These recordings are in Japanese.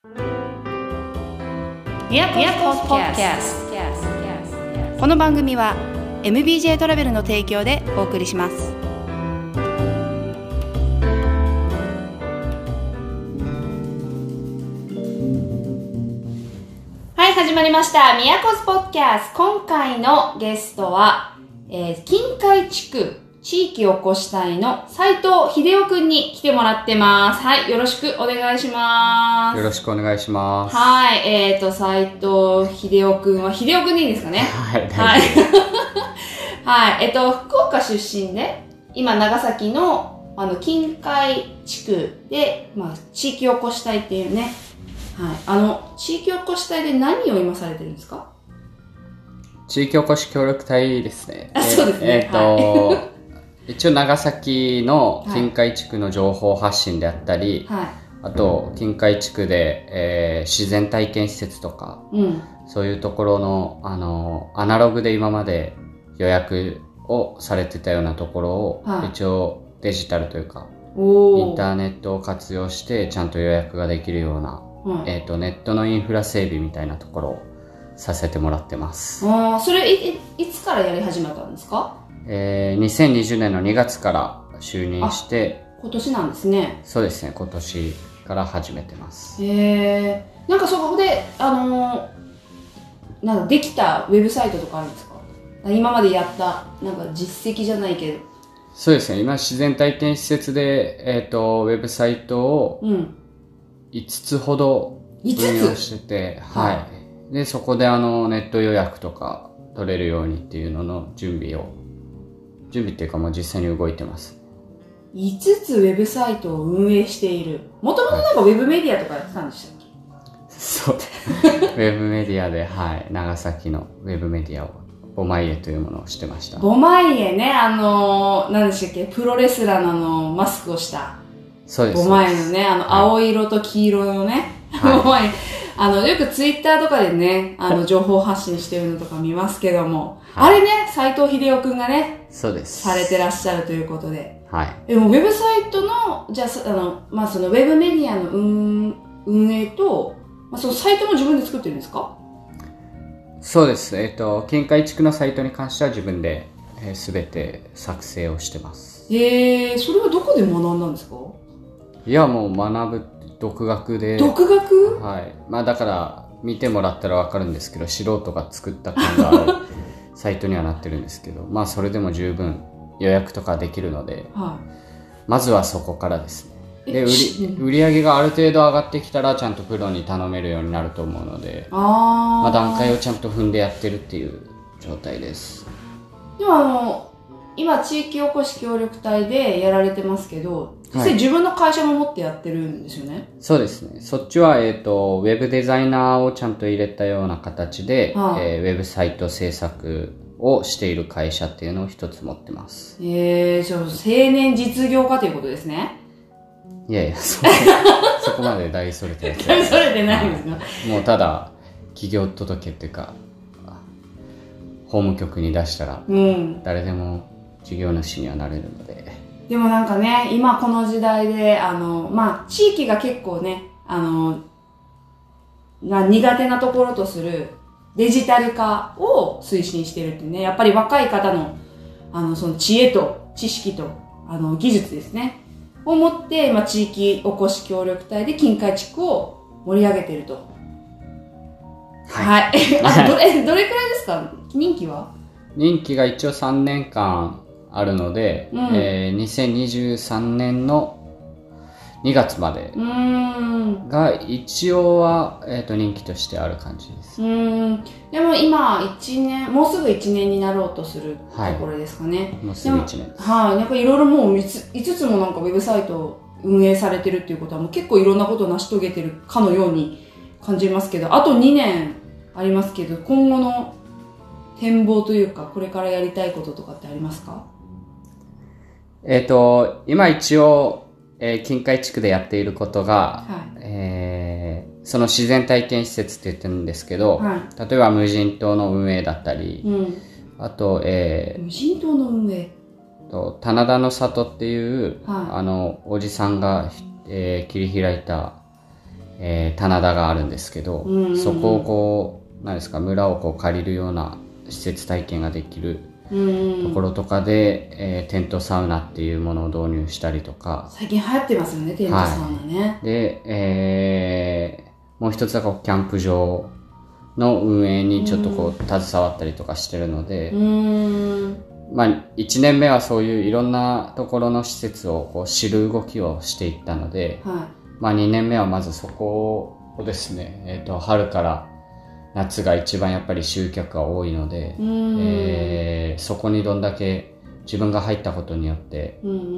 ミヤコスポッドキャスト。この番組は MBJ トラベルの提供でお送りします。はい、始まりましたミヤコスポッドキャスト。今回のゲストは、近海地区地域おこし隊の斉藤秀夫くんに来てもらってます。はい、よろしくお願いします。 よろしくお願いします。 はい、斉藤秀夫くんは、秀夫くんでいいんですかね。 はい、 はい。はい、福岡出身で、今長崎の、近海地区で、地域おこし隊っていうね、はい、地域おこし隊で何を今されてるんですか？ 地域おこし協力隊ですね。 そうですね。 一応長崎の近海地区の情報発信であったり、はい、あと近海地区で、自然体験施設とか、そういうところの、アナログで今まで予約をされてたようなところを、一応デジタルというかインターネットを活用してちゃんと予約ができるような、ネットのインフラ整備みたいなところをさせてもらってます。 それいつからやり始めたんですか ？2020年の2月から就任して、 今年なんですね。 そうですね、今年から始めてます。 なんかそこでなんかできたウェブサイトとかあるんですか？今までやったなんか実績じゃないけど。 そうですね、今自然体験施設で、ウェブサイトを5つほど運用してて、はい。で、そこでネット予約とか取れるようにっていうのの準備っていうかもう実際に動いてます。 5つウェブサイトを運営している。もともとなんかウェブメディアとかやってたんでしたっけ？ そう。ウェブメディアで、はい。長崎のウェブメディアを、ボマイエというものをしてました。 ボマイエね、何でしたっけ？プロレスラーのマスクをした。 そうです。 ボマイエのね、青色と黄色のね、ボマイエ。よくツイッターとかでね、情報発信してるのとか見ますけども、あれね、斉藤秀夫くんがね、 そうです。 されてらっしゃるということで。 はい。 でも、ウェブサイトの、じゃあ、そのウェブメディアの運営と、そのサイトも自分で作ってるんですか？ そうです。近海地区のサイトに関しては自分で、すべて作成をしてます。 それはどこで学んだんですか？ いや、もう独学で。 独学？ はい。だから、見てもらったらわかるんですけど、素人が作った感があるサイトにはなってるんですけど、それでも十分予約とかできるので、まずはそこからですね。で、売り上げがある程度上がってきたら、ちゃんとプロに頼めるようになると思うので、段階をちゃんと踏んでやってるっていう状態です。 でも今、地域おこし協力隊でやられてますけど、実際自分の会社も持ってやってるんですよね。 そうですね。そっちは、ウェブデザイナーをちゃんと入れたような形で、ウェブサイト制作をしている会社っていうのを一つ持ってます。 青年実業家ということですね。 いやいや、そこまで大それてないです。 大それてないんですか？ もうただ、企業届っていうか、法務局に出したら、誰でも事業主にはなれるので。 でもなんかね、今この時代で、地域が結構ね、苦手なところとするデジタル化を推進してるってね、やっぱり若い方の、その知恵と知識と、技術ですね、を持って、地域おこし協力隊で近海地区を盛り上げてると。はい。どれくらいですか？任期は？ 任期が一応3年間あるので、2023年の2月までが一応は、任期としてある感じです。 でも今もうすぐ1年になろうとするところですかね。 もうすぐ1年です。 なんかいろいろもう5つもなんかウェブサイトを運営されてるっていうことはもう結構いろんなことを成し遂げてるかのように感じますけど、あと2年ありますけど、今後の展望というか、これからやりたいこととかってありますか？ 今一応、近海地区でやっていることが、その自然体験施設って言ってるんですけど、例えば無人島の運営だったり、あと、 無人島の運営棚田の里っていう、おじさんが、切り開いた、 棚田があるんですけど、そこをこう、何ですか、村をこう借りるような施設体験ができるところとかで、テントサウナっていうものを導入したりとか。 最近流行ってますよね、テントサウナね。 で、もう一つはこうキャンプ場の運営にちょっとこう携わったりとかしてるので、まあ1年目はそういういろんなところの施設をこう知る動きをしていったので、まあ2年目はまずそこをですね、春から夏が一番やっぱり集客が多いので、そこにどんだけ自分が入ったことによって、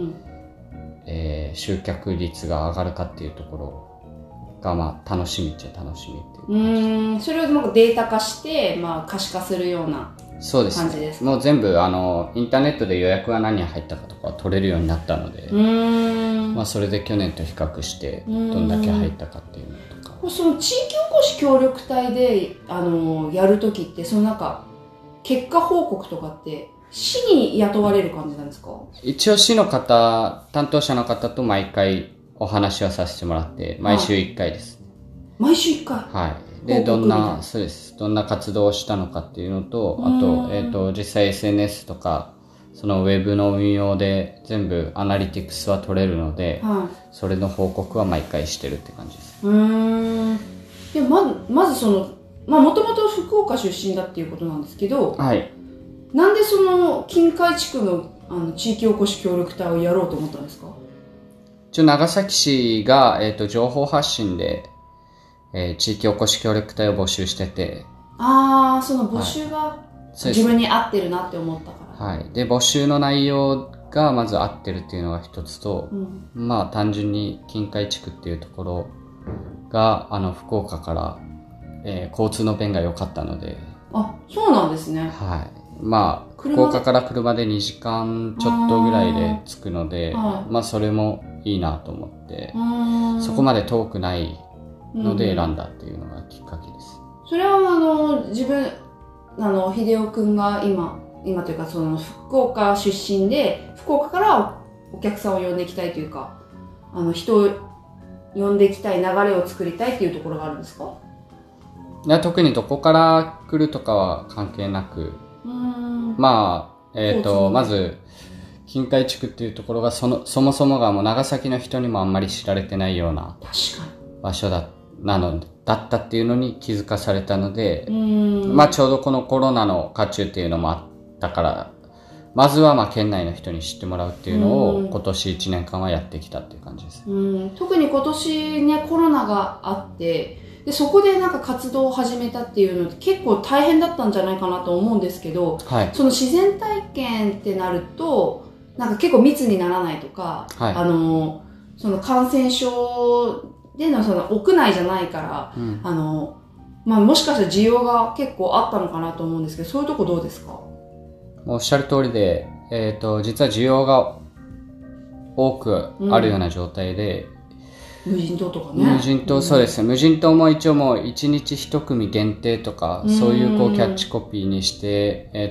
集客率が上がるかっていうところがまあ楽しみっちゃ楽しみっていう感じ。 それをなんかデータ化して、まあ、可視化するような感じですか？ そうですね。もう全部インターネットで予約が何人入ったかとか取れるようになったので、まあそれで去年と比較してどんだけ入ったかっていうのとか。 その地域おこし協力隊でやるときって、そのなんか結果報告とかって市に雇われる感じなんですか？ 一応市の方、担当者の方と毎回お話をさせてもらって、毎週1回です。 毎週1回？ はい。で、そうです。どんな活動をしたのかっていうのと、あと、実際 SNS とか、そのウェブの運用で全部アナリティクスは取れるので、それの報告は毎回してるって感じです。 でまずその、もともと福岡出身だっていうことなんですけど、なんでその近海地区の地域おこし協力隊をやろうと思ったんですか？ 長崎市が、情報発信で、地域おこし協力隊を募集してて。 その募集が、自分に合ってるなって思ったから。 で、募集の内容がまず合ってるっていうのが一つと、まあ単純に近海地区っていうところが、福岡から、交通の便が良かったので。 そうなんですね。 まあ、福岡から車で2時間ちょっとぐらいで着くので、まあそれもいいなと思って、そこまで遠くないので選んだっていうのがきっかけです。 それは自分、秀夫くんが今というかその福岡出身で、福岡からお客さんを呼んでいきたいというか、人を呼んでいきたい流れを作りたいっていうところがあるんですか？ 特にどこから来るとかは関係なく、まあ、まず、近海地区っていうところがそもそもがもう長崎の人にもあんまり知られてないような場所だったっていうのに気づかされたので、まあちょうどこのコロナの渦中っていうのもあったから、まずはまあ県内の人に知ってもらうっていうのを今年1年間はやってきたっていう感じです。 特に今年ね、コロナがあって、でそこでなんか活動を始めたっていうのって結構大変だったんじゃないかなと思うんですけど、その自然体験ってなるとなんか結構密にならないとか、その感染症でのその屋内じゃないから、もしかしたら需要が結構あったのかなと思うんですけど、そういうとこどうですか？ おっしゃる通りで、実は需要が多くあるような状態で、 無人島とかね。 無人島、そうですね。無人島も一応もう1日1組限定とか、そういうこうキャッチコピーにして、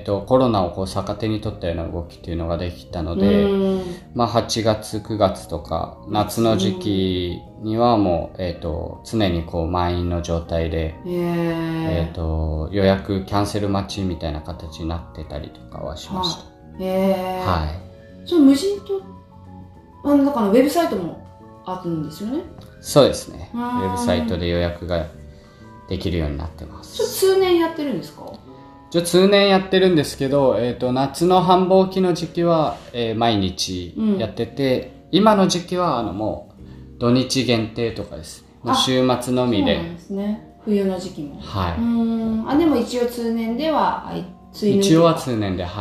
コロナをこう逆手に取ったような動きっていうのができたので、まあ8月、9月とか、夏の時期にはもう、常にこう満員の状態で、予約キャンセル待ちみたいな形になってたりとかはしました。 その無人島、中のウェブサイトもあるんですよね。 そうですね。ウェブサイトで予約ができるようになってます。 通年やってるんですか？ 通年やってるんですけど、夏の繁忙期の時期は、毎日やってて、今の時期はもう土日限定とかですね。もう週末のみで。 そうなんですね。冬の時期も。でも一応通年では、 一応は通年で、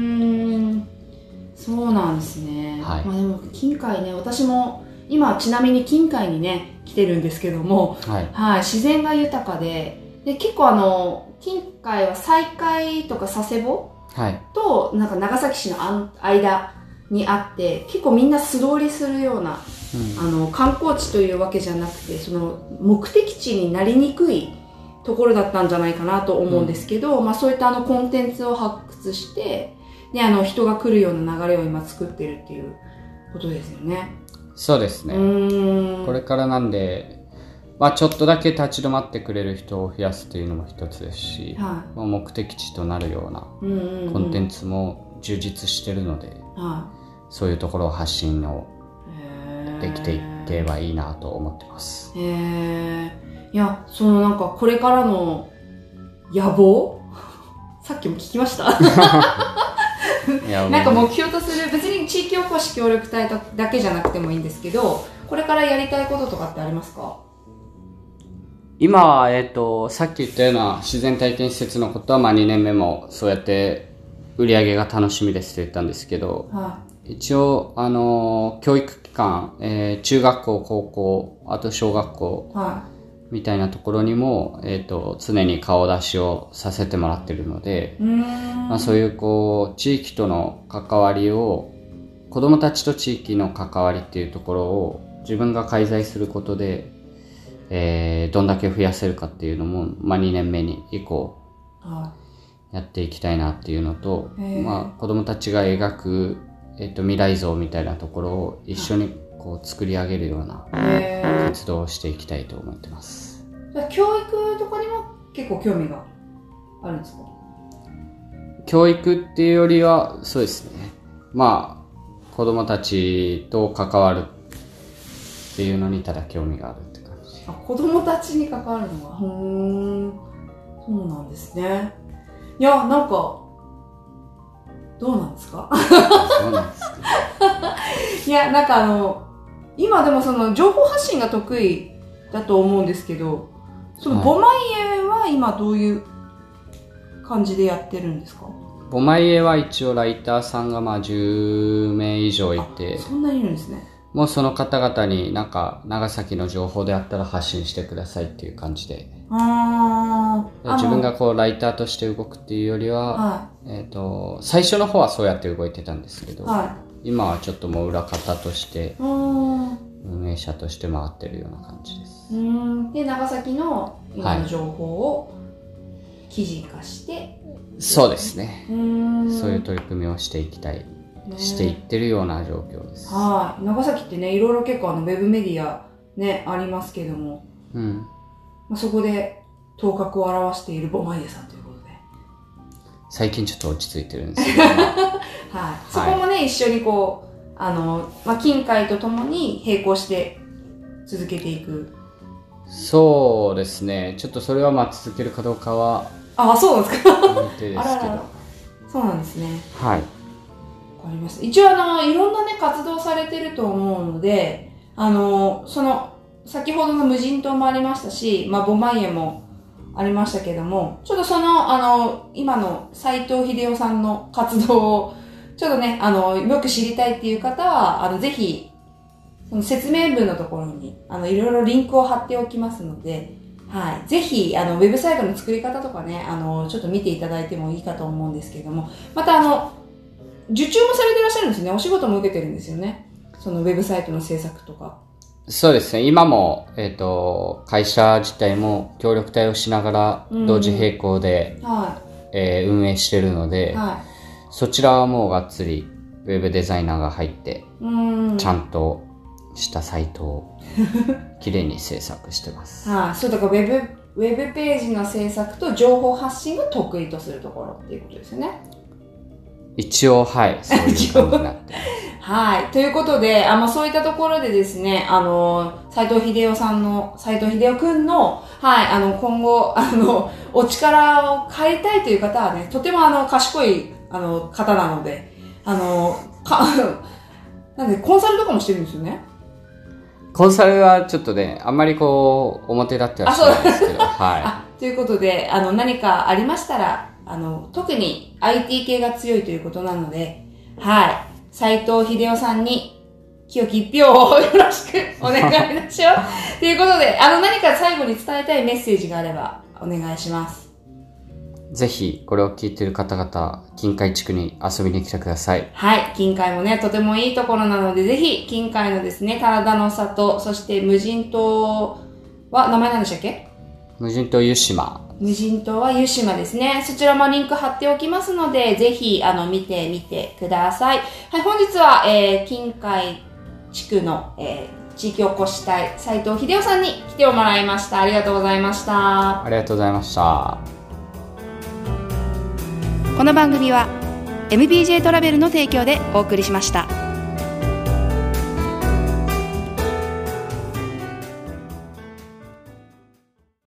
そうなんですね。でも近海ね、私も今ちなみに近海にね来てるんですけども、自然が豊かで、結構近海は西海とか佐世保、となんか長崎市の間にあって、結構みんな素通りするような、観光地というわけじゃなくて、その目的地になりにくいところだったんじゃないかなと思うんですけど、そういったコンテンツを発掘して、で人が来るような流れを今作ってるっていうことですよね。 そうですね。これからなんで、 まあちょっとだけ立ち止まってくれる人を増やすというのも一つですし、まあ目的地となるようなコンテンツも充実してるので、そういうところを発信をできていけばいいなと思ってます。 いや、そのなんかこれからの野望さっきも聞きましたなんか目標とする、別に地域おこし協力隊だけじゃなくてもいいんですけど、これからやりたいこととかってありますか？ 今は、さっき言ったような自然体験施設のことは、まあ2年目もそうやって売り上げが楽しみですと言ったんですけど、一応、教育機関、中学校、高校、あと小学校、みたいなところにも、常に顔出しをさせてもらってるので、まあ、そういうこう、地域との関わりを、子供たちと地域の関わりっていうところを自分が介在することで、どんだけ増やせるかっていうのも、まあ2年目に以降、やっていきたいなっていうのと、まあ子供たちが描く、未来像みたいなところを一緒にこう作り上げるような活動をしていきたいと思ってます。 教育とかにも結構興味があるんですか？ 教育っていうよりは、そうですね。まあ、子供たちと関わるっていうのにただ興味があるって感じ。 子供たちに関わるのが、そうなんですね。いや、なんか、どうなんですか？ そうなんですか。 いや、なんか今でもその情報発信が得意だと思うんですけど、そのボマイエは今どういう感じでやってるんですか？ ボマイエは一応ライターさんがまあ10名以上いて、 そんなにいるんですね。 もうその方々になんか長崎の情報であったら発信してくださいっていう感じで。自分がこうライターとして動くっていうよりは、最初の方はそうやって動いてたんですけど、今はちょっともう裏方として運営者として回ってるような感じです。 で、長崎の今の情報を記事化して、 そうですね。そういう取り組みをしていきたい。していってるような状況です。 長崎ってね、いろいろ結構ウェブメディアね、ありますけども、そこで頭角を現しているボマイエさんということで。 最近ちょっと落ち着いてるんですけど、 そこもね、一緒にこう、近海とともに並行して続けていく。 そうですね。ちょっとそれはまあ続けるかどうかは、 そうなんですか。 未定ですけど。 そうなんですね。 はい。 わかります。一応いろんなね、活動されてると思うので、先ほどの無人島もありましたし、ボマイエもありましたけども、ちょっと今の斉藤秀夫さんの活動を、ちょっとね、よく知りたいっていう方は、ぜひ、その説明文のところに、いろいろリンクを貼っておきますので、ぜひ、ウェブサイトの作り方とかね、ちょっと見ていただいてもいいかと思うんですけども、また受注もされてらっしゃるんですね。お仕事も受けてるんですよね。そのウェブサイトの制作とか。 そうですね。今も、会社自体も協力隊をしながら同時並行で、運営してるので、そちらはもうがっつりウェブデザイナーが入って、ちゃんとしたサイトをきれいに制作してます。 そうだからウェブページの制作と情報発信が得意とするところっていうことですよね。 一応、そういう感じになってます。 ということで、そういったところでですね、斉藤秀夫くんの、今後、お力を借りたいという方はね、とても賢い、方なので、なんで、コンサルとかもしてるんですよね。 コンサルはちょっとね、あんまりこう、表立ってはしないんですけど、 ということで、何かありましたら、特に IT 系が強いということなので、斉藤秀夫さんに清き一票をよろしくお願いいたします。ということで、何か最後に伝えたいメッセージがあればお願いします。 ぜひ、これを聞いている方々、近海地区に遊びに来てください。 近海もね、とてもいいところなので、ぜひ、近海のですね、体の里、そして無人島は、名前なんでしたっけ？ 無人島湯島。 無人島は湯島ですね。そちらもリンク貼っておきますので、ぜひ、見てみてください。本日は、近海地区の、 地域おこし隊斉藤秀夫さんに来てもらいました。ありがとうございました。 ありがとうございました。 この番組は MBJ トラベルの提供でお送りしました。